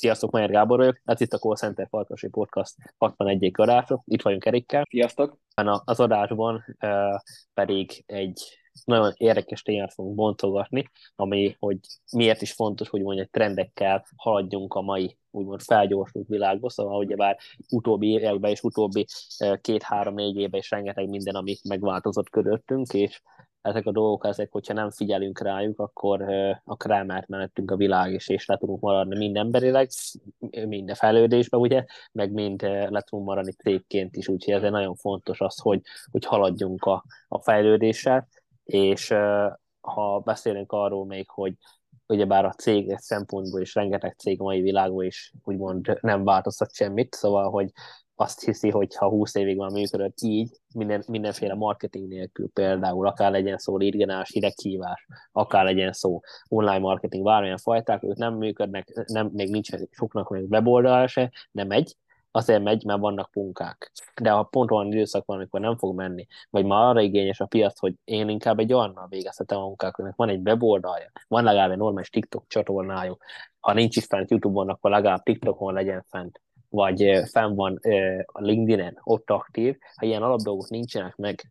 Sziasztok, Majer Gábor vagyok, ez itt a Call Center Farkasi Podcast 61. adása, itt vagyunk Erikkel. Sziasztok! Az adásban pedig egy nagyon érdekes témát fogunk bontogatni, ami, hogy miért is fontos, hogy mondjuk trendekkel haladjunk a mai úgymond felgyorsult világba, szóval ugyebár utóbbi években és utóbbi 2-3-4 évben is rengeteg minden, ami megváltozott körülöttünk, és ezek a dolgok, ezek, hogyha nem figyelünk rájuk, akkor elmehet mellettünk a világ is, és le tudunk maradni mind emberileg, mind a fejlődésben, ugye, meg mind le tudunk maradni cégként is, úgyhogy ezért nagyon fontos az, hogy haladjunk a fejlődéssel, és ha beszélünk arról még, hogy ugyebár a cég szempontból is rengeteg cég a mai világban is úgymond nem változtat semmit, szóval, hogy azt hiszi, hogy ha 20 évig van működött így, mindenféle marketing nélkül például, akár legyen szó lead-generálás, hideghívás, akár legyen szó online marketing, bármilyen fajták, ők nem működnek, még nincsen soknak még weboldal se, de megy, azért megy, mert vannak munkák. De ha pont olyan időszak van, amikor nem fog menni, vagy már arra igényes a piac, hogy én inkább egy olyannal végezhetem a munkáknak, van egy weboldalja, van legalább egy normális TikTok csatornájuk, ha nincs is fent YouTube-on, akkor legalább TikTokon legyen fent, vagy fenn van a LinkedIn-en, ott aktív, ha ilyen alapdolgok nincsenek meg,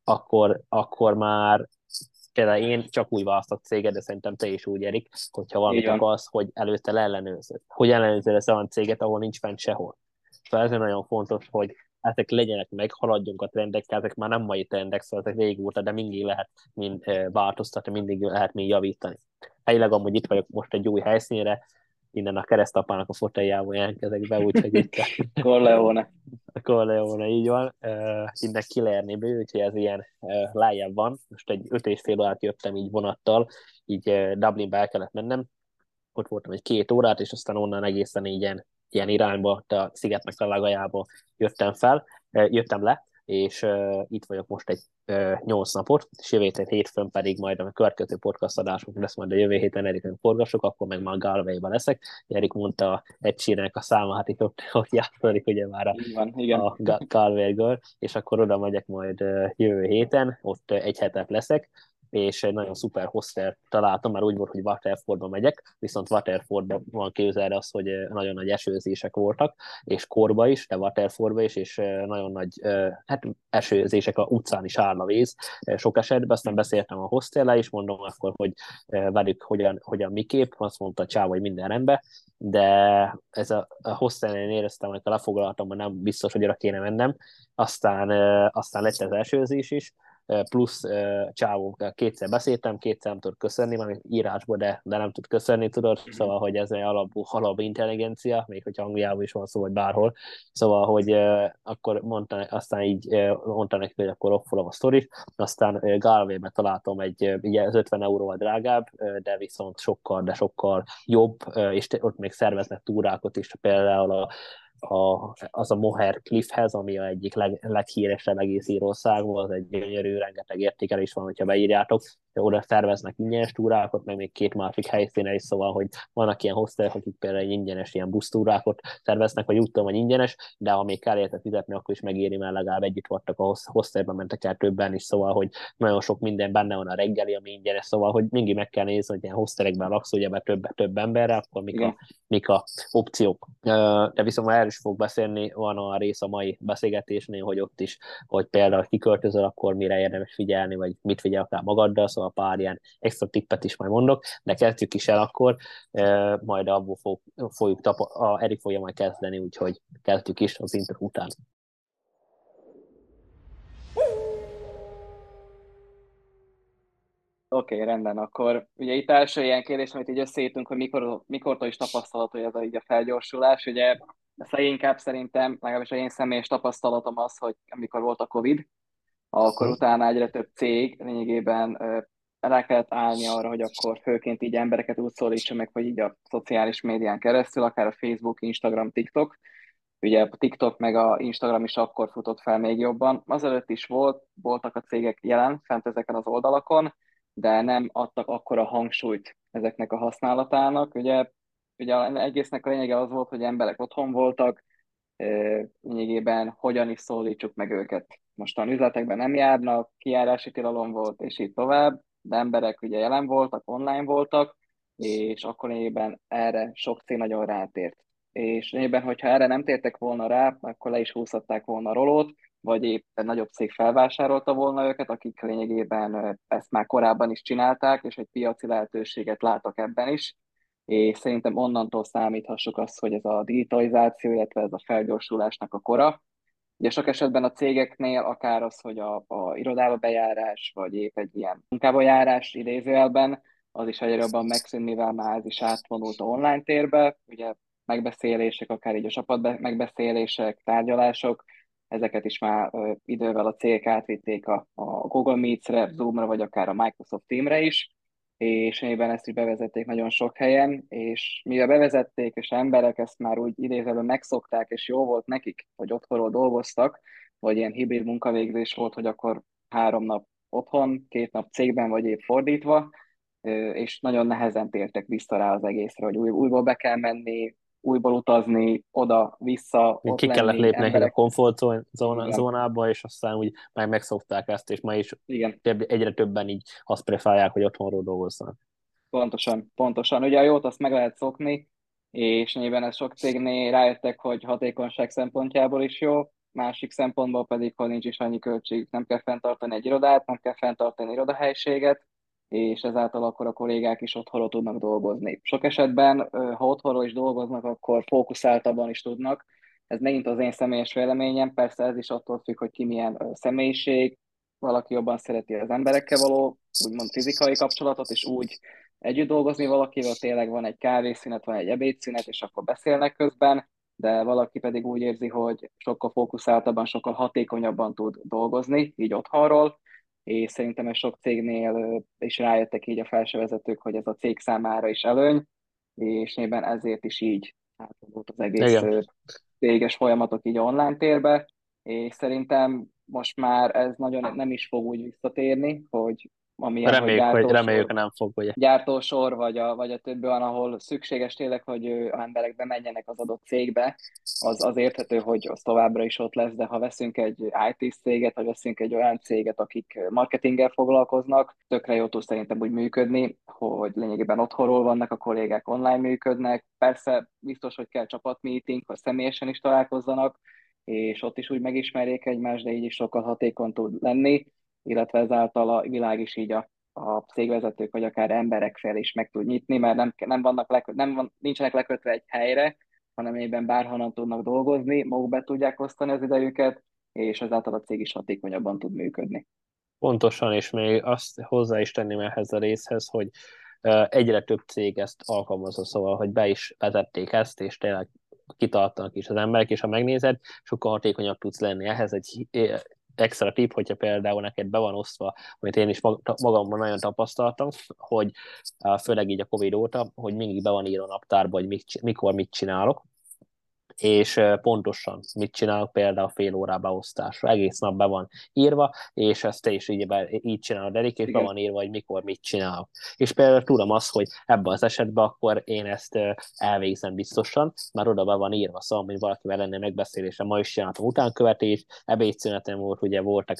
akkor már például én csak úgy választok céget, de szerintem te is úgy, Erik, hogyha Így valamit van. akarsz, hogy előtte leellenőrzöd. Hogy ellenőrzöd ezt olyan céget, ahol nincs fent sehol. Szóval ez nagyon fontos, hogy ezek legyenek meg, haladjunk a trendekkel, ezek már nem mai trendek, szóval ezek régóta, de mindig lehet mind változtatni, mindig lehet mind javítani. Helyileg amúgy itt vagyok most egy új helyszínre, innen a keresztapának a foteljából jelentkezek be, úgyhogy itt Corleone. a Corleone, így van. Innen Killerni bő, úgyhogy ez ilyen lejjebb van. Most egy 5,5 órát jöttem így vonattal, így Dublinbe el kellett mennem. Ott voltam egy 2 órát, és aztán onnan egészen ilyen irányba, a szigetnek a legajába jöttem le, és itt vagyok most egy 8 napot, és jövő héten hétfőn pedig majd a következő podcast adásunk lesz, majd a jövő héten Erikön forgassuk, akkor meg már Galway-ban leszek. Erik mondta egysének a száma, hát itt ott játszik ugye már Így van, igen. a Galway Girl, és akkor oda megyek majd jövő héten, ott egy hetet leszek, és egy nagyon szuper hostel találtam, már úgy volt, hogy Waterfordba megyek, viszont Waterfordban van képzelve az, hogy nagyon nagy esőzések voltak, és korba is, de Waterfordba is, és nagyon nagy hát esőzések, a utcán is áll a víz sok esetben, aztán beszéltem a hostellel is, mondom akkor, hogy velük hogyan miképp, azt mondta Csáv, hogy minden rendben, de ez a hostelnél éreztem, amikor lefoglaltam, hogy nem biztos, hogy oda kéne mennem, aztán lett az esőzés is, plusz csávó, kétszer beszéltem, kétszer nem tudott köszönni, már írásból, de nem tud köszönni, tudod, Mhm. szóval, hogy ez egy alapú intelligencia, még hogy Angliában is van szó, vagy bárhol, szóval, hogy akkor aztán így mondta neki, hogy akkor offolom a sztorit, aztán Galway-be találtam ugye az 50 euróval drágább, de viszont sokkal jobb, és ott még szerveznek túrákat is, például az a Moher Cliffhez, ami a egyik leghíresebb egész Írországban, az egy gyönyörű, rengeteg értékelés van, hogyha beírjátok, oda szerveznek ingyenes túrákat, meg még két másik helyszínen is, szóval, hogy vannak ilyen hostelek, akik például ingyenes ilyen busztúrákat szerveznek, vagy úgy tudom, hogy ingyenes, de ha még kell érte fizetni, akkor is megéri, mert legalább együtt voltak a hostelben, mentek el többen is, szóval, hogy nagyon sok minden benne van, a reggeli, ami ingyenes, szóval, hogy mindig meg kell nézni, hogy ilyen hostelekben laksz, ugye, mert több emberre, akkor Igen. mik a opciók. De viszont már erről is fog beszélni, van a rész a mai beszélgetésnél, hogy ott is, hogy például kiköltözöl, akkor mire érdemes figyelni, vagy mit figyel akár magaddal, szóval pár ilyen extra tippet is majd mondok, de kezdjük is el akkor, majd abból fogjuk Erik fogja majd kezdeni, úgyhogy kezdjük is az intro után. Oké, rendben. Akkor ugye itt első ilyen kérdés, amit így összeírtunk, hogy mikortól is tapasztalható ez így a felgyorsulás. Ugye ez leginkább szerintem, legalábbis a én személyes tapasztalatom az, hogy amikor volt a Covid, akkor utána egyre több cég lényegében rá kellett állni arra, hogy akkor főként így embereket úgy szólítson meg, hogy így a szociális médián keresztül, akár a Facebook, Instagram, TikTok. Ugye a TikTok meg a Instagram is akkor futott fel még jobban. Azelőtt is voltak a cégek jelen fent ezeken az oldalakon, de nem adtak akkora hangsúlyt ezeknek a használatának. Ugye az egésznek a lényege az volt, hogy emberek otthon voltak, lényegében hogyan is szólítsuk meg őket. Mostan üzletekben nem járnak, kijárási tilalom volt, és így tovább, de emberek ugye jelen voltak, online voltak, és akkor lényegében erre sok cég nagyon rátért. És lényegében, hogyha erre nem tértek volna rá, akkor le is húzhatták volna a rolót, vagy éppen nagyobb cég felvásárolta volna őket, akik lényegében ezt már korábban is csinálták, és egy piaci lehetőséget látok ebben is. És szerintem onnantól számíthassuk azt, hogy ez a digitalizáció, illetve ez a felgyorsulásnak a kora. Ugye sok esetben a cégeknél akár az, hogy a irodába bejárás, vagy épp egy ilyen munkába járás idézőjelben, az is egyre jobban megszűn, mivel már ez is átvonult a online térbe, ugye megbeszélések, akár így a csapat megbeszélések, tárgyalások, ezeket is már idővel a cégek átvitték a Google Meets-re, Zoom-ra, vagy akár a Microsoft Teamre is, és amiben ezt is bevezették nagyon sok helyen, és mivel bevezették, és emberek ezt már úgy idézőben megszokták, és jó volt nekik, hogy otthonról dolgoztak, vagy ilyen hibrid munkavégzés volt, hogy akkor 3 nap otthon, 2 nap cégben, vagy épp fordítva, és nagyon nehezen tértek vissza rá az egészre, hogy újból be kell menni, újból utazni, oda-vissza, ott Ki kellett lenni, lépni nekik a emberek. komfort Így van. zónába, és aztán úgy már megszokták ezt, és ma is Igen. egyre többen így azt preferálják, hogy otthonról dolgozzanak. Pontosan, pontosan. Ugye a jót azt meg lehet szokni, és nyilván ez sok cégnél rájöttek, hogy hatékonyság szempontjából is jó, másik szempontból pedig, hogy nincs is annyi költség, nem kell fenntartani egy irodát, nem kell fenntartani irodahelységet, és ezáltal akkor a kollégák is otthonról tudnak dolgozni. Sok esetben, ha otthonról is dolgoznak, akkor fókuszáltabban is tudnak. Ez megint az én személyes véleményem, persze ez is attól függ, hogy ki milyen személyiség, valaki jobban szereti az emberekkel való, úgymond fizikai kapcsolatot, és úgy együtt dolgozni valakivel, tényleg van egy kávészünet, van egy ebédszünet, és akkor beszélnek közben, de valaki pedig úgy érzi, hogy sokkal fókuszáltabban, sokkal hatékonyabban tud dolgozni, így otthonról, és szerintem ez sok cégnél is rájöttek így a felső vezetők, hogy ez a cég számára is előny, és nyilván ezért is így átadott az egész Igen. céges folyamatok így online térbe, és szerintem most már ez nagyon nem is fog úgy visszatérni, hogy amilyen, hogy Reméljük, gyártósor, hogy nem fog, ugye. gyártósor, vagy a többi olyan, ahol szükséges tényleg, hogy a emberek bemenjenek az adott cégbe, az érthető, hogy az továbbra is ott lesz, de ha veszünk egy IT céget, vagy veszünk egy olyan céget, akik marketinggel foglalkoznak, tökre jó tud szerintem úgy működni, hogy lényegében otthonról vannak, a kollégák online működnek. Persze biztos, hogy kell csapatmeeting, hogy személyesen is találkozzanak, és ott is úgy megismerjék egymást, de így is sokkal hatékony tud lenni, illetve ezáltal a világ is így a cégvezetők, vagy akár emberek fel is meg tud nyitni, mert nem vannak nincsenek lekötve egy helyre, hanem éppen bárhonnan tudnak dolgozni, maguk be tudják osztani az idejüket, és ezáltal a cég is hatékonyabban tud működni. Pontosan, és még azt hozzá is tenném ehhez a részhez, hogy egyre több cég ezt alkalmazza, szóval, hogy be is vezették ezt, és tényleg kitartanak is az emberek, és ha megnézed, sokkal hatékonyabb tudsz lenni. Ehhez egy extra tip, hogyha például neked be van osztva, amit én is magamban nagyon tapasztaltam, hogy főleg így a Covid óta, hogy mindig be van írva a naptárba, hogy mikor mit csinálok, és pontosan mit csinálok, például fél órá beosztásra. Egész nap be van írva, és ezt te is így csinálod, Erik, és be Igen, van írva, hogy mikor mit csinálok. És például tudom azt, hogy ebben az esetben akkor én ezt elvégzem biztosan, már oda be van írva, szóval, hogy valakivel lenne megbeszélése, ma is csináltam utánkövetés, ebédszünetem volt, ugye voltak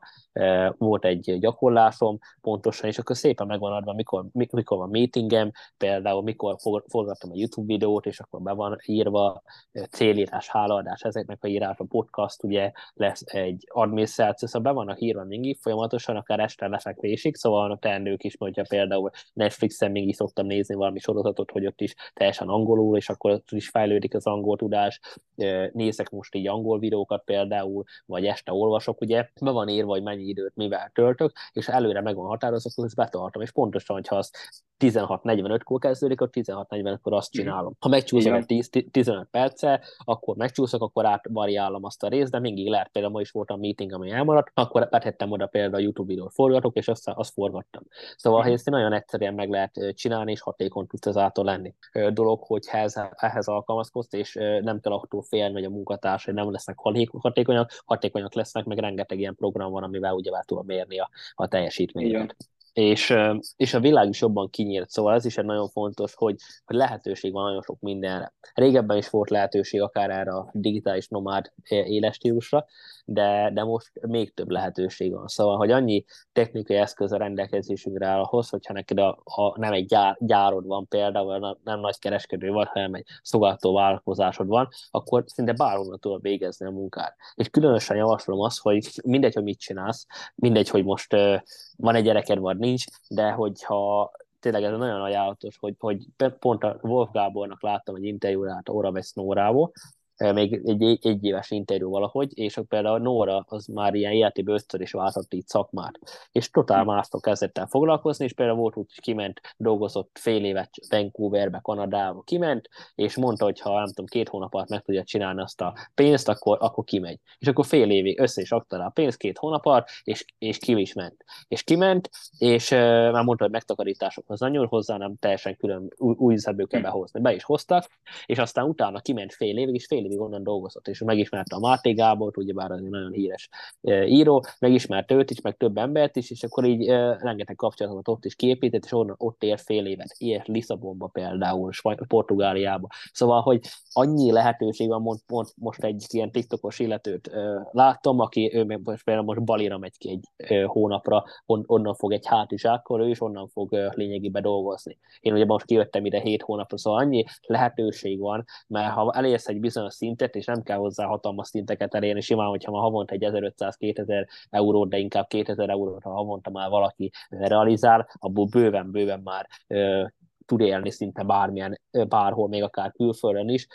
volt egy gyakorlásom pontosan, és akkor szépen megvan adva, mikor van meetingem, például mikor forgattam a YouTube videót, és akkor be van írva, célírás, hálaadás, ezeknek a írás, a podcast, ugye lesz egy adminisztráció, szóval be vannak írva mindig folyamatosan, akár este lefekvésig, szóval vannak teendők is, hogyha például Netflixen mindig szoktam nézni valami sorozatot, hogy ott is teljesen angolul, és akkor ott is fejlődik az angol tudás, nézek most így angol videókat például, vagy este olvasok, ugye, be van írva, hogy mennyi időt mivel töltök, és előre meg van határozva, hogy ezt betartom, és pontosan, hogyha azt 16:45-kor kezdődik, akkor 16:45-kor azt uh-huh. csinálom. Ha Így megcsúszok egy van. 10-15 perccel, akkor megcsúszok, akkor átvariálom azt a részt, de mindig lehet, például ma is volt a meeting, ami elmaradt, akkor betettem oda például a YouTube videót forgatok, és azt forgattam. Szóval, ha Uh-huh. ezt nagyon egyszerűen meg lehet csinálni, és hatékony tudsz ezáltal lenni. Dolog, hogy ehhez alkalmazkodsz, és nem kell attól félni, hogy a munkatársai nem lesznek hatékonyak lesznek, meg rengeteg ilyen program van, amivel ugye tudod mérni a Így van. teljesítményeket. és a világ is jobban kinyílt, szóval ez is egy nagyon fontos, hogy lehetőség van nagyon sok mindenre. Régebben is volt lehetőség akár erre a digitális nomád életstílusra, de most még több lehetőség van. Szóval, hogy annyi technikai eszköz a rendelkezésünkre áll ahhoz, hogyha neked nem egy gyárod van például, nem nagy kereskedő vagy, hanem egy szolgáltató vállalkozásod van, akkor szinte bárhonnan tudod végezni a munkát. És különösen javaslom azt, hogy mindegy, hogy mit csinálsz, mindegy, hogy most van egy gyereked, vagy nincs, de hogyha tényleg ez nagyon ajánlatos, hogy pont a Wolf Gábornak láttam egy interjúját Óra Vesz Nórából, még egy éves interjú valahogy, és például Nóra az már ilyen életében ötször is váltott így szakmát, és totál mástól kezdett el foglalkozni, és például volt úgy, hogy kiment, dolgozott fél évet Vancouverbe, Kanadába, kiment, és mondta, hogy ha nem tudom, 2 hónap alatt meg tudja csinálni azt a pénzt, akkor kimegy. És akkor fél évig össze is rakta rá a pénzt 2 hónap alatt, és ki is ment. És kiment, és már mondta, hogy megtakarításokhoz nem nyúl hozzá, nem teljesen külön új üzletből kell behozni. Be is hoztak, és aztán utána kiment fél évig, és fél évig onnan dolgozott, és megismerte a Máté Gábort, ugyebár az egy nagyon híres író, megismerte őt is, meg több embert is, és akkor így rengeteg kapcsolatot ott is kiépített, és ott ér fél évet, ilyen Lisszabonba például, Portugáliába. Szóval, hogy annyi lehetőség van, most egy ilyen TikTokos illetőt láttam, aki ő például most Balira megy ki egy hónapra, onnan fog egy hátizsákkal, ő is onnan fog lényegében dolgozni. Én ugye most kijöttem ide 7 hónapra, szóval annyi lehetőség van, mert ha elérsz egy bizonyos szintet, és nem kell hozzá hatalmas szinteket elérni, simán, hogyha ma havonta egy 1500-2000 eurót, de inkább 2000 eurót, ha havonta már valaki realizál, abból bőven már tud élni szinte bárhol, még akár külföldön is.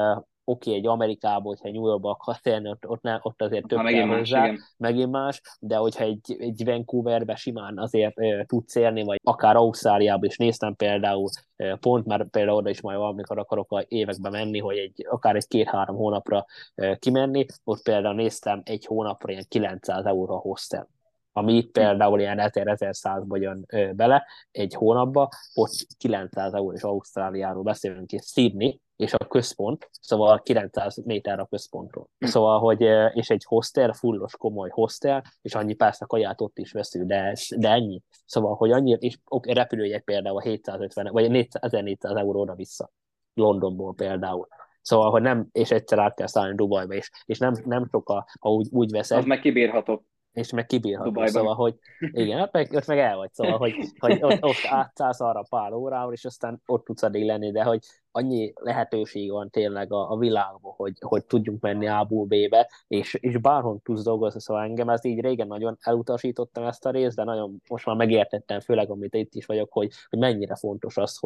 Egy Amerikában, hogyha New Yorkba akarsz élni, ott azért több kell Más, hozzá, igen. megint más, de hogyha egy Vancouverbe simán azért tudsz élni, vagy akár Ausztráliába is néztem például, pont, mert például oda is majd valamikor akarok a évekbe menni, hogy akár egy 2-3 hónapra kimenni, ott például néztem egy hónapra ilyen 900 euró a hostel, ami itt például ilyen 1000-1100-ba jön bele egy hónapba, ott 900 euró, és Ausztráliáról beszélünk, és Sydney, és a központ, szóval 900 méter a központról. Szóval, hogy és egy hostel, fullos komoly hostel, és annyi persze kaját ott is veszünk, de ennyi. Szóval, hogy annyi, és repülőjegy például 750, vagy 1400 euró oda-vissza Londonból például. Szóval, hogy nem, és egyszer át kell szállni Dubajba, és nem sokkal, ha úgy Az veszed, meg kibírható és meg kibírható, szóval, Dubajban. hogy igen, ott meg el vagy, szóval, hogy ott átszállsz arra pár órával, és aztán ott tudsz addig lenni, de hogy annyi lehetőség van tényleg a világban, hogy tudjunk menni A-ból B-be, és bárhol tudsz dolgozni, szóval engem ez így régen nagyon elutasítottam ezt a részt, de nagyon most már megértettem, főleg amit itt is vagyok, hogy mennyire fontos az,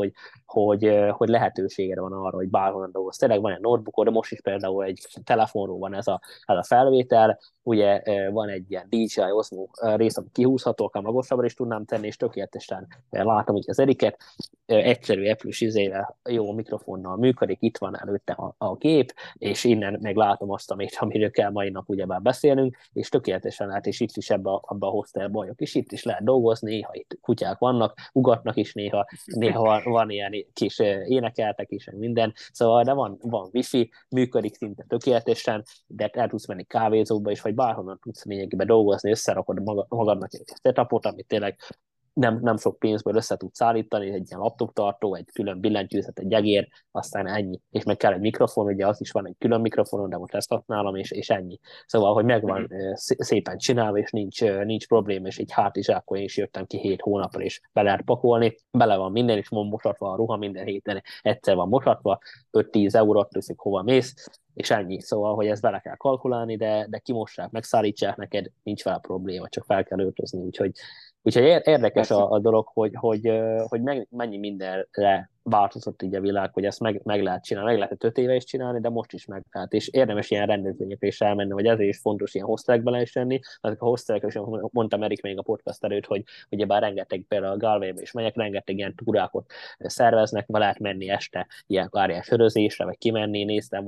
hogy lehetőséged van arra, hogy bárhol dolgozz. Tényleg van egy notebookod, de most is például egy telefonról van ez a felvétel, ugye van egy ilyen DJI Osmo rész, ami kihúzható, akár magasabbra is tudnám tenni, és tökéletesen látom hogy az Eriket, egyszerű Apple-s izével, jó mikrofonnal működik, itt van előtte a gép, és innen meg látom azt, amiről kell mai nap ugyebár beszélnünk, és tökéletesen lehet, és itt is ebbe a hostelba vagyok, és itt is lehet dolgozni, néha itt kutyák vannak, ugatnak is néha van ilyen kis énekeltek is, minden, szóval de van wifi, működik szinte tökéletesen, de el tudsz menni kávézóba is, vagy bárhonnan tudsz lényegében dolgozni, összerakod magadnak egy setupot, amit tényleg nem sok pénzből össze tudsz állítani, egy ilyen laptoptartó, egy külön billentyűzet, egy egér, aztán ennyi. És meg kell egy mikrofon, ugye az is van egy külön mikrofonon, de most ezt használom, és ennyi. Szóval, hogy megvan szépen csinálva, és nincs probléma, és egy hátizsákon is jöttem ki 7 hónapra, és be lehet pakolni, bele van minden, és van mosatva a ruha, minden héten egyszer van mosatva, 5-10 eurót teszik, hova mész, és ennyi. Szóval, hogy ezt bele kell kalkulálni, de kimossák, megszállítsák neked, nincs vele probléma, csak fel kell öltözni, úgyhogy érdekes Persze. a dolog, hogy mennyi mindenre változott így a világ, hogy ezt meg lehet csinálni. Meg lehet 5 éve is csinálni, de most is meg lehet. És érdemes ilyen rendezvényekre is elmenni, vagy ezért is fontos ilyen hostelekbe le is lenni. Azok a hostelek, és mondtam Erik még a podcast előtt, hogy ugyebár rengeteg, például a Galwaybe is megyek, rengeteg ilyen túrákot szerveznek, ma lehet menni este ilyen sörözésre, vagy kimenni, néztem,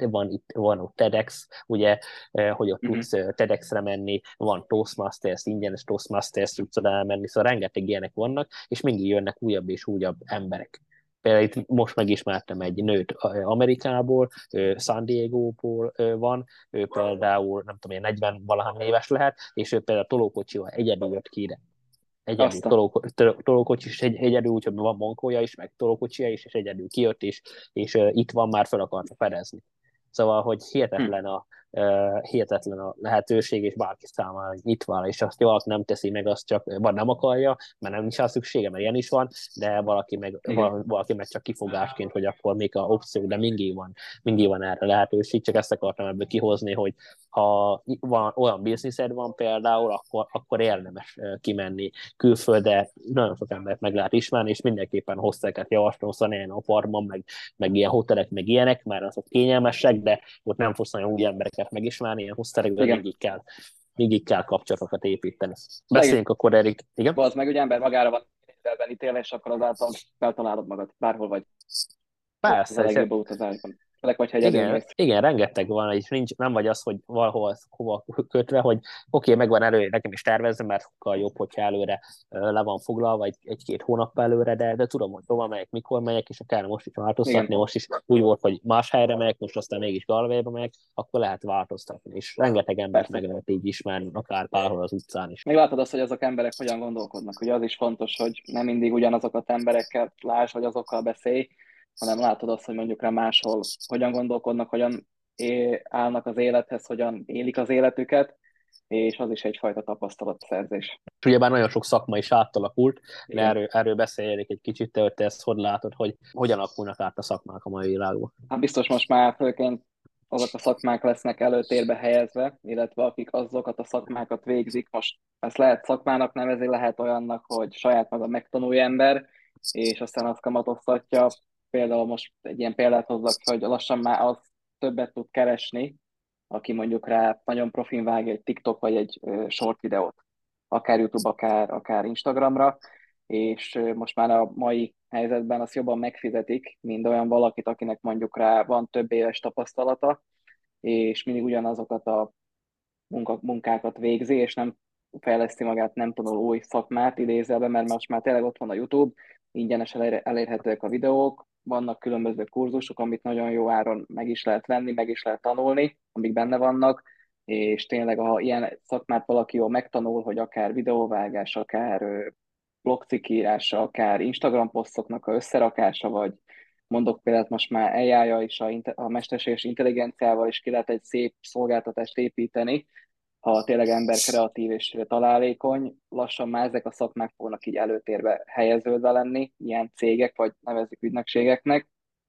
van ott TEDx, ugye, hogy ott tudsz TEDx-re menni, van Toastmasters, ingyenes Toastmasters tudsz oda elmenni, szóval rengeteg ilyenek vannak, és mindig jönnek újabb és újabb emberek. Például itt most megismertem egy nőt Amerikából, San Diego-ból van, ő például, nem tudom, 40 valahány éves lehet, és ő például tolókocsival egyedül jött ki ide. egyedül Azt a... tolókocsi is, egyedül, úgyhogy van bankója is, meg tolókocsia is, és egyedül kijött is, és itt van, már fel akarta fedezni. Szóval, hogy Hm. hihetetlen a lehetőség, és bárki számára nyitva áll, és azt valaki nem teszi meg, azt csak, vagy nem akarja, mert nem is rá szüksége, mert ilyen is van, de Igen. valaki meg csak kifogásként, hogy akkor még a opció, de mindig van erre lehetőség, csak ezt akartam ebből kihozni, hogy ha van, olyan bizniszed van például, akkor érdemes kimenni külföldre, nagyon sok embert meg lehet ismerni, és mindenképpen hosteleket javaslom, szóval ilyen apartman, meg ilyen hotelek, meg ilyenek, mert azok kényelmesek, de ott nem fogsz nagyon új embereket megismerni, ilyen hostelekben Igen. mindig kell kapcsolatokat építeni. Legjobb Beszéljünk akkor, Erik. Igen? az meg, hogy ember magára van ítélve, és akkor azáltal feltalálod magad, bárhol vagy. Ez a Persze, és legjobb a utazásban. Főleg, hogyha egyedül igen, mész. igen, rengeteg van, és nem vagy az, hogy valahol hova kötve, hogy oké, megvan előre, nekem is tervezem, mert sokkal jobb, hogyha előre le van foglalva egy-két hónap előre, de tudom, hogy hova megyek, mikor megyek, és akár most is változtatni, Igen. most is úgy volt, hogy más helyre megyek, most aztán mégis Galwayba megyek, akkor lehet változtatni, és rengeteg embert meg Persze. lehet így ismerni, akár bárhol az utcán is. Még látod azt, hogy azok emberek hogyan gondolkodnak. Ugye az is fontos, hogy nem mindig ugyanazokat emberekkel láss, vagy azokkal beszélj, hanem látod azt, hogy mondjuk rá máshol hogyan gondolkodnak, hogyan állnak az élethez, hogyan élik az életüket, és az is egyfajta tapasztalatszerzés. És ugyebár nagyon sok szakma is átalakult, de Igen. erről beszéljék egy kicsit, te ezt hogy látod, hogy hogyan alakulnak át a szakmák a mai világban. Hát biztos most már főként azok a szakmák lesznek előtérbe helyezve, illetve akik azokat a szakmákat végzik, most ezt lehet szakmának nevezni, lehet olyannak, hogy saját maga megtanulja ember, és aztán azt kamatoztatja. Például most egy ilyen példát hozzak, hogy lassan már az többet tud keresni, aki mondjuk rá nagyon profin vágja egy TikTok vagy egy short videót, akár YouTube, akár Instagramra, és most már a mai helyzetben azt jobban megfizetik, mint olyan valakit, akinek mondjuk rá van több éves tapasztalata, és mindig ugyanazokat a munkákat végzi, és nem fejleszti magát, nem tanul új szakmát idézelve, mert most már tényleg ott van a YouTube, ingyenes elérhetőek a videók, vannak különböző kurzusok, amit nagyon jó áron meg is lehet venni, meg is lehet tanulni, amik benne vannak, és tényleg, ha ilyen szakmát valaki jól megtanul, hogy akár videóvágás, akár blogcikk írása, akár Instagram posztoknak a összerakása, vagy mondok példát, most már AI-ja és a mesterséges intelligenciával is ki lehet egy szép szolgáltatást építeni, ha tényleg ember kreatív és találékony, lassan már ezek a szakmák fognak így előtérbe helyeződve lenni, ilyen cégek, vagy nevezzük ügynökségeknek,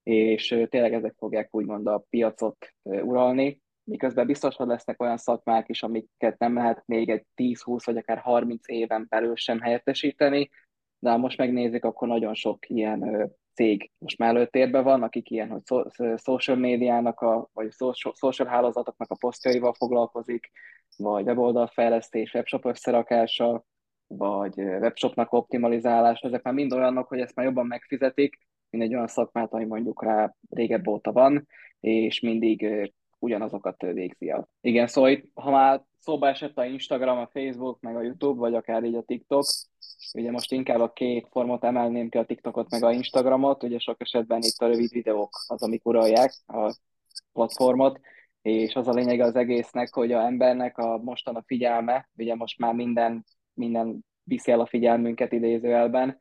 és tényleg ezek fogják úgymond a piacot uralni, miközben biztos, hogy lesznek olyan szakmák is, amiket nem lehet még egy 10-20 vagy akár 30 éven belül sem helyettesíteni, de ha most megnézzük, akkor nagyon sok ilyen cég most már előtérben van, akik ilyen, hogy social médiának, vagy social hálózatoknak a posztjaival foglalkozik, vagy weboldalfejlesztés, webshop összerakása, vagy webshopnak optimalizálása, ezek már mind olyanok, hogy ezt már jobban megfizetik, mint egy olyan szakmát, ami mondjuk rá régebb óta van, és mindig ugyanazokat végzi el. Igen, szóval itt, ha már szóba esett a Instagram, a Facebook, meg a YouTube, vagy akár így a TikTok, ugye most inkább a két formot emelném ki, a TikTokot meg a Instagramot, ugye sok esetben itt a rövid videók az, amik uralják a platformot, és az a lényeg az egésznek, hogy a embernek a mostan a figyelme, ugye most már minden viszi el a figyelmünket idézőjelben,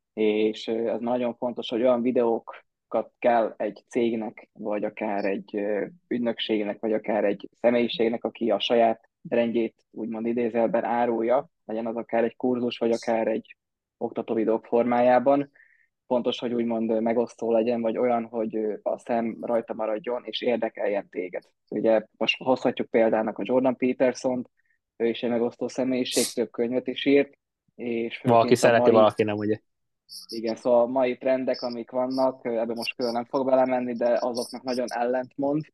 és az nagyon fontos, hogy olyan videókat kell egy cégnek, vagy akár egy ügynökségnek, vagy akár egy személyiségnek, aki a saját brandjét úgymond idézőjelben árulja, legyen az akár egy kurzus, vagy akár egy oktató videók formájában, fontos, hogy úgymond megosztó legyen, vagy olyan, hogy a szem rajta maradjon, és érdekeljen téged. Ugye most hozhatjuk példának a Jordan Peterson-t, ő is egy megosztó személyiség, több könyvet is írt, és Valaki főként a szereti, mai, valaki nem, ugye. igen, szóval a mai trendek, amik vannak, ebbe most külön nem fog belemenni, de azoknak nagyon ellentmond,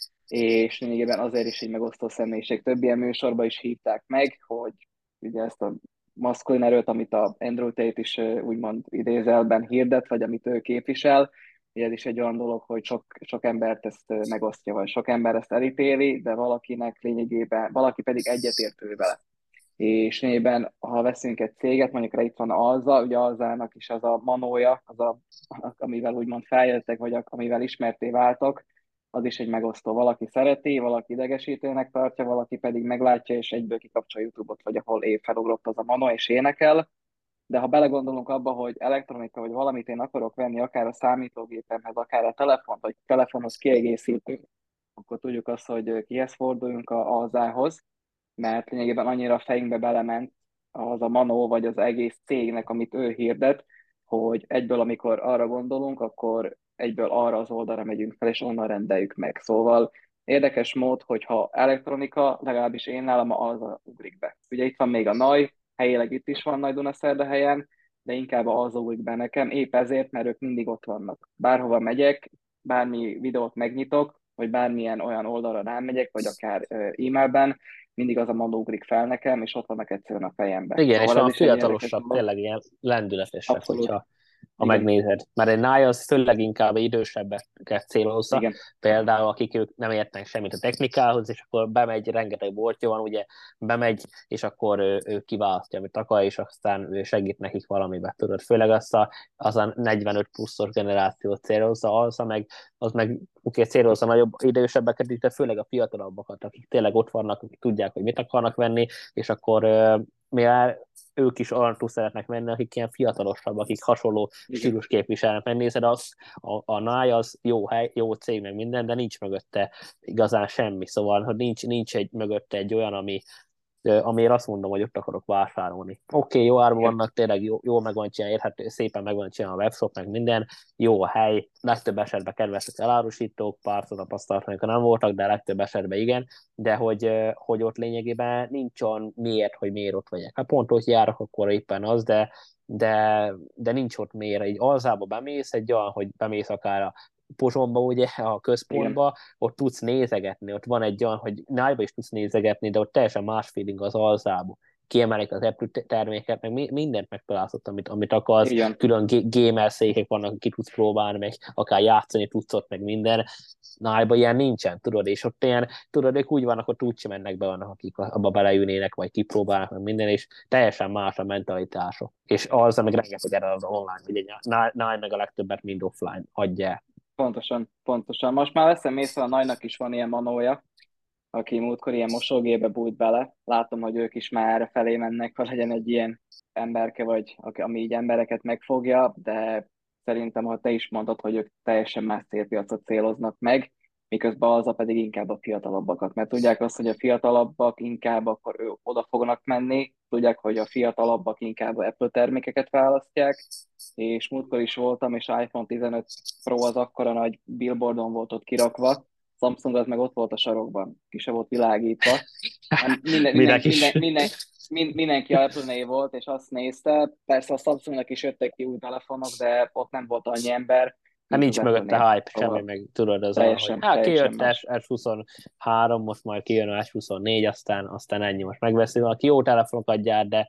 és lényegében azért is egy megosztó személyiség. Több ilyen műsorba is hívták meg, hogy ugye ezt a maszkulin erőt, amit a Andrew Tate is úgymond idézelben hirdet, vagy amit ő képvisel, ugye ez is egy olyan dolog, hogy sok embert ezt megosztja, vagy sok ember ezt elítéli, de valakinek lényegében, valaki pedig egyetért ő vele. És lényegében, ha veszünk egy céget, mondjuk rá itt van Alza, ugye Alzának is az a manója, amivel úgymond feljöttek, vagy amivel ismerté váltak, az is egy megosztó. Valaki szereti, valaki idegesítőnek tartja, valaki pedig meglátja, és egyből kikapcsol YouTube-ot, vagy ahol épp felugrott az a manó, és énekel. de ha belegondolunk abba, hogy elektronika, vagy valamit én akarok venni, akár a számítógépemhez, akár a telefon, vagy telefonhoz kiegészítő, akkor tudjuk azt, hogy kihez forduljunk az ához, mert lényegében annyira a fejünkbe belement az a Manó, vagy az egész cégnek, amit ő hirdet, hogy egyből, amikor arra gondolunk, akkor egyből arra az oldalra megyünk fel, és onnan rendeljük meg. Szóval érdekes mód, hogyha elektronika, legalábbis én nálam az ugrik be. Ugye itt van még a NAJ, helyileg itt is van Nagy-Dunaszerdahelyen, de inkább az ugrik be nekem, épp ezért, mert ők mindig ott vannak. Bárhova megyek, bármi videót megnyitok, vagy bármilyen olyan oldalra rámegyek, vagy akár e-mailben, mindig az a Manó ugrik fel nekem, és ott vannak egyszerűen a fejembe. Igen, és Szóval ez a is egy érdekes fiatalosabb, dolog. tényleg ilyen lendületesebb, Abszolút. ha Igen, megnézed. Mert egy náj az főleg inkább idősebbeket célozza, igen, például akik ők nem értenek semmit a technikához, és akkor bemegy, rengeteg boltja van, ugye bemegy, és akkor ő kiválasztja, amit akar, és aztán ő segít nekik valamibe, tudod. Főleg az a 45 pluszos generációt célozza, az meg oké, célozza nagyobb idősebbeket, de főleg a fiatalabbakat, akik tényleg ott vannak, akik tudják, hogy mit akarnak venni, és akkor mivel ők is olyan túl szeretnek menni, akik ilyen fiatalosabb, akik hasonló igen. stílus képviselnek. Megnézed, a NAI az jó hely, jó cég, meg minden, de nincs mögötte igazán semmi. Szóval, hogy nincs mögötte egy olyan, amiért azt mondom, hogy ott akarok vásárolni. Oké, jó árban Igen. vannak, tényleg jó meg van csinálva, érhető, szépen meg van csinálva a webshop, meg minden, jó a hely, legtöbb esetben kedvesek elárusítók, pár tapasztalatok nem voltak, de legtöbb esetben igen, de hogy ott lényegében nincs olyan hogy miért ott vagyok. Hát pont ott járok, akkor éppen az, de nincs ott miért. Egy alzába bemész, egy olyan, hogy bemész akár a Pozsonyba, ugye, a Igen. központba, ott tudsz nézegetni, ott van egy olyan, hogy nájba is tudsz nézegetni, de ott teljesen más feeling az alzába. Kiemelik az Apple terméket, meg mindent megtalálsz ott, amit akarsz, Így van. külön gamer székek vannak, ki tudsz próbálni, meg akár játszani tudsz ott, meg minden. Nájba ilyen nincsen, tudod, és ott ilyen, tudod, ők úgy vannak, hogy úgy mennek be, vannak, akik abba beleülnének, vagy kipróbálnak, meg minden, és teljesen más a mentalitások. És az, meg rengeteg erre az online, ugye Náj meg a legtöbbet mind offline adja. Pontosan, pontosan. Most már veszem észre, a Nagynak is van ilyen manója, aki múltkor ilyen mosógébe bújt bele. Látom, hogy ők is már erre felé mennek, hogy legyen egy ilyen emberke, vagy ami így embereket megfogja, de szerintem, ha te is mondod, hogy ők teljesen más célpiacot céloznak meg, miközben az a pedig inkább a fiatalabbakat, mert tudják azt, hogy a fiatalabbak inkább akkor oda fognak menni, tudják, hogy a fiatalabbak inkább a Apple termékeket választják, és múltkor is voltam, és iPhone 15 Pro az akkora nagy billboardon volt ott kirakva, Samsung az meg ott volt a sarokban, ki se volt világítva. Minek is. Mindenki Apple-nél volt, és azt nézte. Persze a Samsungnak is jöttek ki új telefonok, de ott nem volt annyi ember, Hát mint az nincs mögötte Apple-nél. hype, semmi, Szóval meg tudod, az hogy teljesen, hát teljesen kijött más. S23, most majd kijön a S24, aztán ennyi, most megveszik, aki jó telefonokat gyárt, de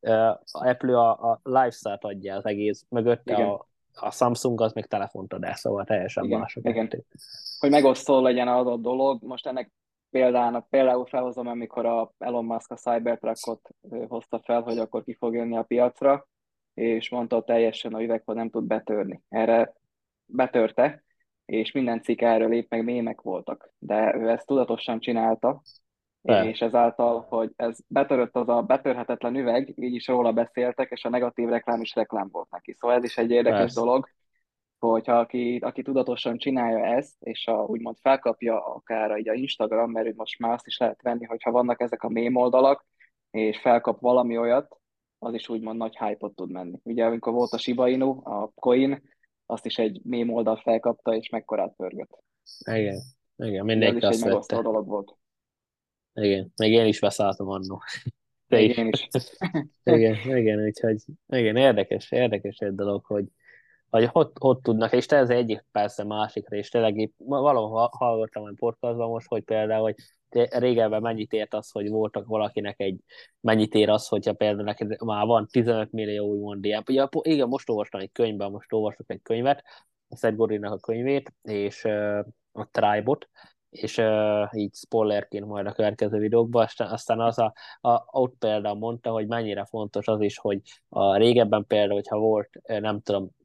a Apple a lifestyle-t adja az egész, mögötte Igen, a Samsung az még telefont ad el, szóval teljesen igen, más a igen. kettő. Hogy megosztó legyen az a dolog, most ennek például felhozom, amikor a Elon Musk a Cybertruckot hozta fel, hogy akkor ki fog jönni a piacra, és mondta teljesen a üveg, hogy nem tud betörni. Erre betörte, és minden cikk erről épp meg mémek voltak. De ő ezt tudatosan csinálta, és Persze, ezáltal, hogy ez betörött az a betörhetetlen üveg, így is róla beszéltek, és a negatív reklám is reklám volt neki. Szóval ez is egy érdekes persze. dolog, hogyha aki tudatosan csinálja ezt, és úgymond felkapja akár így a Instagram, mert most már azt is lehet venni, hogyha vannak ezek a mém oldalak, és felkap valami olyat, az is úgymond nagy hype-ot tud menni. Ugye, amikor volt a Shiba Inu, a coin, azt is egy mém oldal felkapta, és mekkorát pörgött. Igen, igen, Ugye ez mindenki is egy azt megosztó vette. dolog volt. Igen, még én is beszálltam annó. Te Még is. én is. Igen, úgyhogy igen, érdekes egy dolog, hogy hogy tudnak, és te ez egyik persze másikra, és tényleg itt valahol hallottam egy podcastban most, hogy például, hogy régebben mennyit ért az, hogy voltak valakinek mennyit ér az, hogyha például neked már van 15 millió úgymond ilyen. Ugye, igen, most olvastam egy könyvben, most olvasok egy könyvet, a Seth Godinnak a könyvét, és a Tribe-ot, és így spoilerként majd a következő videókban, aztán ott például mondta, hogy mennyire fontos az is, hogy régebben például, hogyha volt, nem tudom,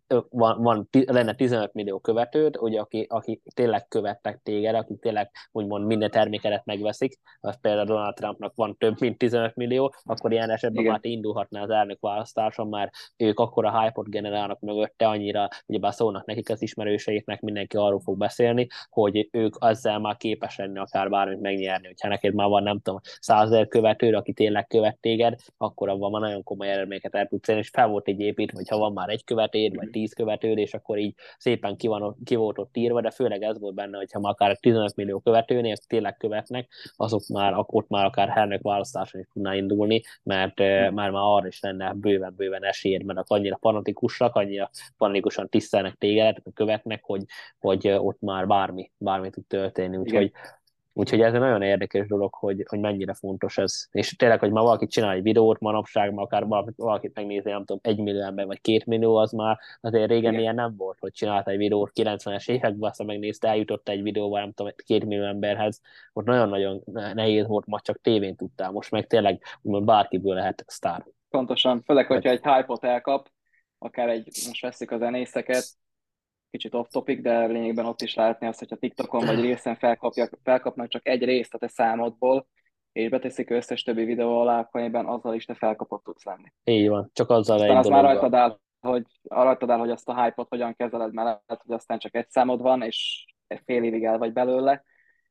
lenne 15 millió követőd, ugye, aki tényleg követnek téged, akik tényleg úgymond minden termékedet megveszik, az például Donald Trumpnak van több mint 15 millió, akkor ilyen esetben már Igen, te indulhatná az elnök választáson, már ők akkora hype-ot generálnak mögötte, annyira, ugyebár szólnak nekik az ismerőseiknek, mindenki arról fog beszélni, hogy ők ezzel már képes lenni akár bármit megnyerni, hogyha neked már van nem tudom 100 000 követőd, aki tényleg követ téged, akkor abban már nagyon komoly eredményeket el tudsz érni, és fel volt egy építve, hogy ha van már egy követőd, vagy 10 követőd, és akkor így szépen ki volt ott írva, de főleg ez volt benne, hogyha már akár 15 millió követőnél tényleg követnek, azok már, ott már akár elnök választáson is tudná indulni, mert már arra is lenne bőven esélyed, mert annyira fanatikusak, annyira fanatikusan tisztelnek téged, követnek, hogy ott már bármi tud történni, igen. úgyhogy ez egy nagyon érdekes dolog, hogy mennyire fontos ez. És tényleg, hogy ma valaki csinál egy videót manapság, ma akár valakit megnézi, nem tudom, 1 millió ember vagy 2 millió, az már azért régen Igen. ilyen nem volt, hogy csinálta egy videót 90-es években, aztán megnézte, eljutott egy videóval, nem tudom, 2 millió emberhez. Ott nagyon-nagyon nehéz volt, ma csak tévén tudtál, most meg tényleg úgymond bárkiből lehet sztár. Pontosan, főleg, hogyha egy hype-ot elkap, akár most veszik a zenészeket, kicsit off topic, de lényegben ott is látni azt, hogyha TikTokon vagy Reelsen felkapnak csak egy részt a te számodból, és beteszik összes többi videó alá, akkor egyben azzal is te felkapott tudsz lenni. Így van, csak azzal Aztán egy az már dologgal. rajtad áll, hogy azt a hype-ot hogyan kezeled, mert lehet, hogy aztán csak egy számod van, és egy fél évig el vagy belőle,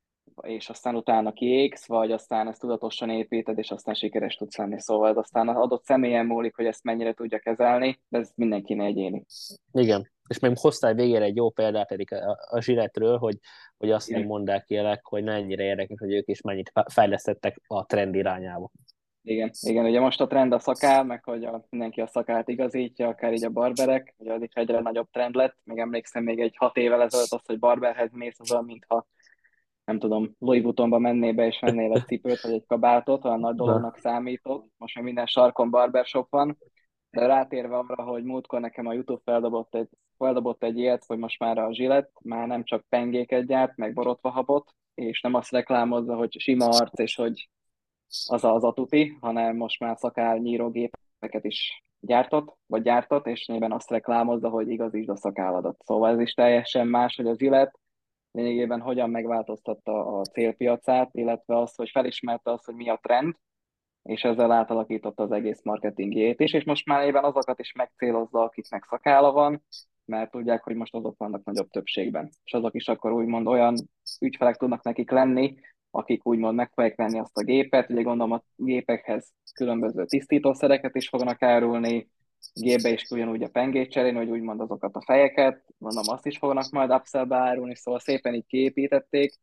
és aztán utána kiégsz, vagy aztán ezt tudatosan építed, és aztán sikeres tudsz lenni. Szóval ez aztán az adott személyen múlik, hogy ezt mennyire tudja kezelni, de ez mindenkinek egyéni. Igen, és még hoztál végére egy jó példát pedig a Zsiletről, hogy azt még Igen. mondták élek, hogy ne ennyire érdekes, hogy ők is mennyit fejlesztettek a trend irányába. Igen, igen, ugye most a trend a szakál, meg hogy mindenki a szakált igazítja, akár így a barberek, ugye az is egyre nagyobb trend lett. Még emlékszem, még egy 6 évvel ezelőtt az, hogy barberhez mész, az olyan, mintha nem tudom, Louis Vuittonba mennél be és vennél egy cipőt vagy egy kabátot, olyan nagy Na, dolognak számított. Most már minden sarkon barbershop van, de rátérve arra, hogy múltkor nekem a YouTube feldobott egy ilyet, hogy most már a Gillette már nem csak pengéket gyárt, meg borotva habot, és nem azt reklámozza, hogy sima arc, és hogy az a tuti, hanem most már szakálnyírógépeket is gyártott, és nyilván azt reklámozza, hogy igazítsd a szakálladat. Szóval ez is teljesen más, hogy az Gillette lényegében hogyan megváltoztatta a célpiacát, illetve azt, hogy felismerte azt, hogy mi a trend, és ezzel átalakította az egész marketingjét is, és most már éven azokat is megcélozza, akiknek szakála van, mert tudják, hogy most azok vannak nagyobb többségben. És azok is akkor úgymond olyan ügyfelek tudnak nekik lenni, akik úgymond meg fogják venni azt a gépet. Ugye gondolom a gépekhez különböző tisztítószereket is fognak árulni, gépbe is ugyanúgy a pengét cserélni, hogy úgymond azokat a fejeket, mondom, azt is fognak majd upsellbe árulni, szóval szépen így kiépítették,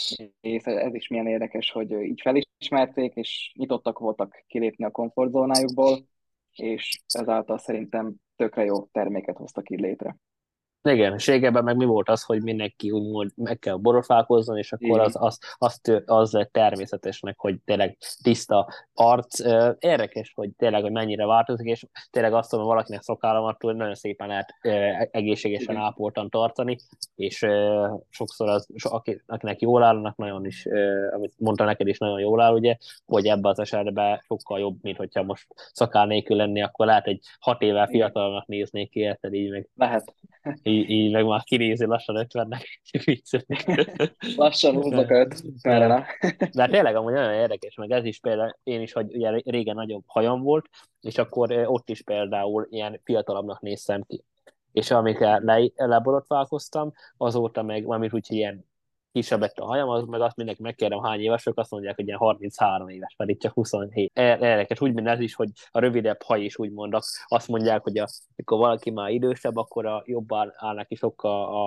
és ez is milyen érdekes, hogy így felismerték, és nyitottak voltak kilépni a komfortzónájukból, és ezáltal szerintem tökre jó terméket hoztak így létre. igen, és régebben meg mi volt az, hogy mindenki úgymond meg kell borofálkozzon, és akkor Igen, az lett természetesnek, hogy tényleg tiszta arc. Érdekes, hogy tényleg, hogy mennyire változik, és tényleg azt mondom, valakinek szokállom attól, hogy nagyon szépen lehet egészségesen igen. ápoltan tartani, és sokszor akinek jól áll, annak nagyon is, amit mondta neked is nagyon jól áll, ugye, hogy ebben az esetben sokkal jobb, mint hogyha most szakál nélkül lenni, akkor lehet egy 6 évvel Igen. fiatalabbnak néznék ki, érted, így meg Lehet. így meg már kinézi lassan 50-nek. Viccelek. Lassan húzzak őt, merre De ne. de hát tényleg amúgy nagyon érdekes, meg ez is például, én is, hogy ugye régen nagyobb hajam volt, és akkor ott is például ilyen fiatalabbnak néztem ki. És amikor leborotválkoztam, azóta meg, valamint úgy, hogy ilyen kisebb lett a hajam, az meg azt mindenki megkérdem, hány évesek, azt mondják, hogy ilyen 33 éves, pedig csak 27. Érdekes, úgy, mint ez is, hogy a rövidebb haj is úgy mondok, azt mondják, hogy amikor valaki már idősebb, akkor jobban áll neki sokkal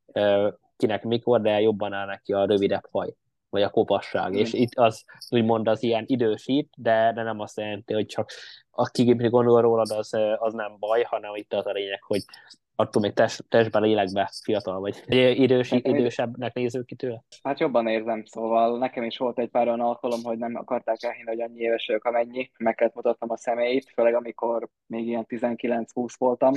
kinek mikor, de jobban áll neki a rövidebb haj, vagy a kopasság. És Igen. itt az úgymond az ilyen idősít, de nem azt jelenti, hogy csak aki gondol rólad, az nem baj, hanem itt az a lényeg, hogy attól még testben, lélekben fiatal vagy. Nekem ide, Idősebbnek nézők ki tőle? hát jobban érzem, szóval nekem is volt egy pár olyan alkalom, hogy nem akarták elhinni, hogy annyi éves vagyok, amennyi. Meg kellett mutatnom a személyit, főleg amikor még ilyen 19-20 voltam,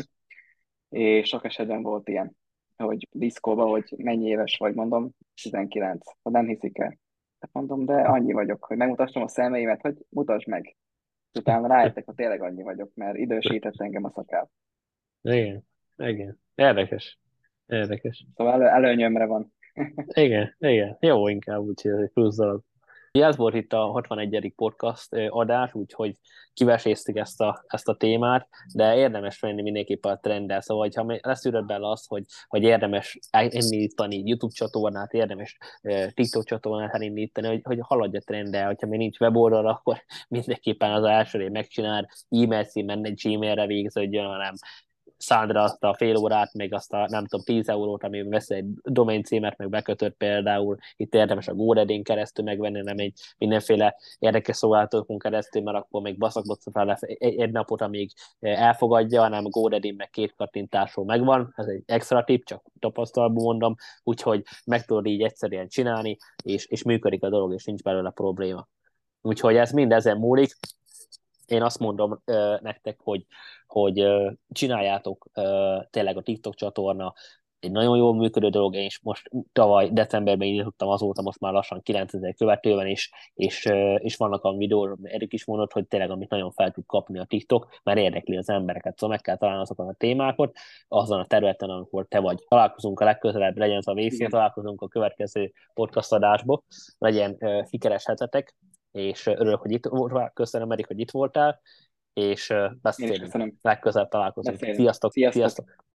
és sok esetben volt ilyen, hogy diszkóba, hogy mennyi éves vagy, mondom, 19. Ha nem hiszik el. Hát mondom, de annyi vagyok, hogy megmutassam a szemeimet, hogy mutasd meg. Utána rájöttek, hogy tényleg annyi vagyok, mert idősített engem a szakál. Igen. Igen. Érdekes. Érdekes. Szóval előnyömre van. Igen, igen. Jó, inkább úgy, hogy ez egy plusz dolog. Ugye ez volt itt a 61. podcast adás, úgyhogy kiveséztük ezt a témát, de érdemes venni mindenképpen a trenddel. Szóval, ha leszűröd bele azt, hogy érdemes elindítani YouTube csatornát, érdemes TikTok csatornát elindítani, hogy haladj a trenddel, hogyha még nincs weboldal, akkor mindenképpen az elsőre megcsinál, e-mail címen, ne Gmailre végződjön, hanem szánd rá azt a fél órát, meg azt a nem tudom, 10 eurót, amiben veszel egy domain címet, meg bekötött például, itt érdemes a GoDaddy-n keresztül megvenni, nem egy mindenféle érdekes szolgáltatókon keresztül, mert akkor még baszakbotsz fel egy napot, amíg elfogadja, hanem a GoDaddy meg 2 kattintásról megvan, ez egy extra tip, csak tapasztalatból mondom, úgyhogy meg tudod így egyszerűen csinálni, és működik a dolog, és nincs belőle probléma. Úgyhogy ez mind ezen múlik. Én azt mondom nektek, hogy csináljátok tényleg a TikTok csatorna, egy nagyon jól működő dolog, én is most tavaly decemberben indítottam, azóta most már lassan 9000 követőben is, és vannak a videók, Erik is mondott, hogy tényleg amit nagyon fel tud kapni a TikTok, mert érdekli az embereket, szóval meg kell találni azokat a témákat, azon a területen, amikor te vagy. Találkozunk a legközelebb, legyen az a végszín, találkozunk a következő podcast adásba, legyen sikeres hetetek, és örülök, hogy itt voltál, köszönöm, Erik, hogy itt voltál, és Én is beszélünk. köszönöm. Legközelebb találkozunk. Beszélünk. Sziasztok! Sziasztok! Sziasztok!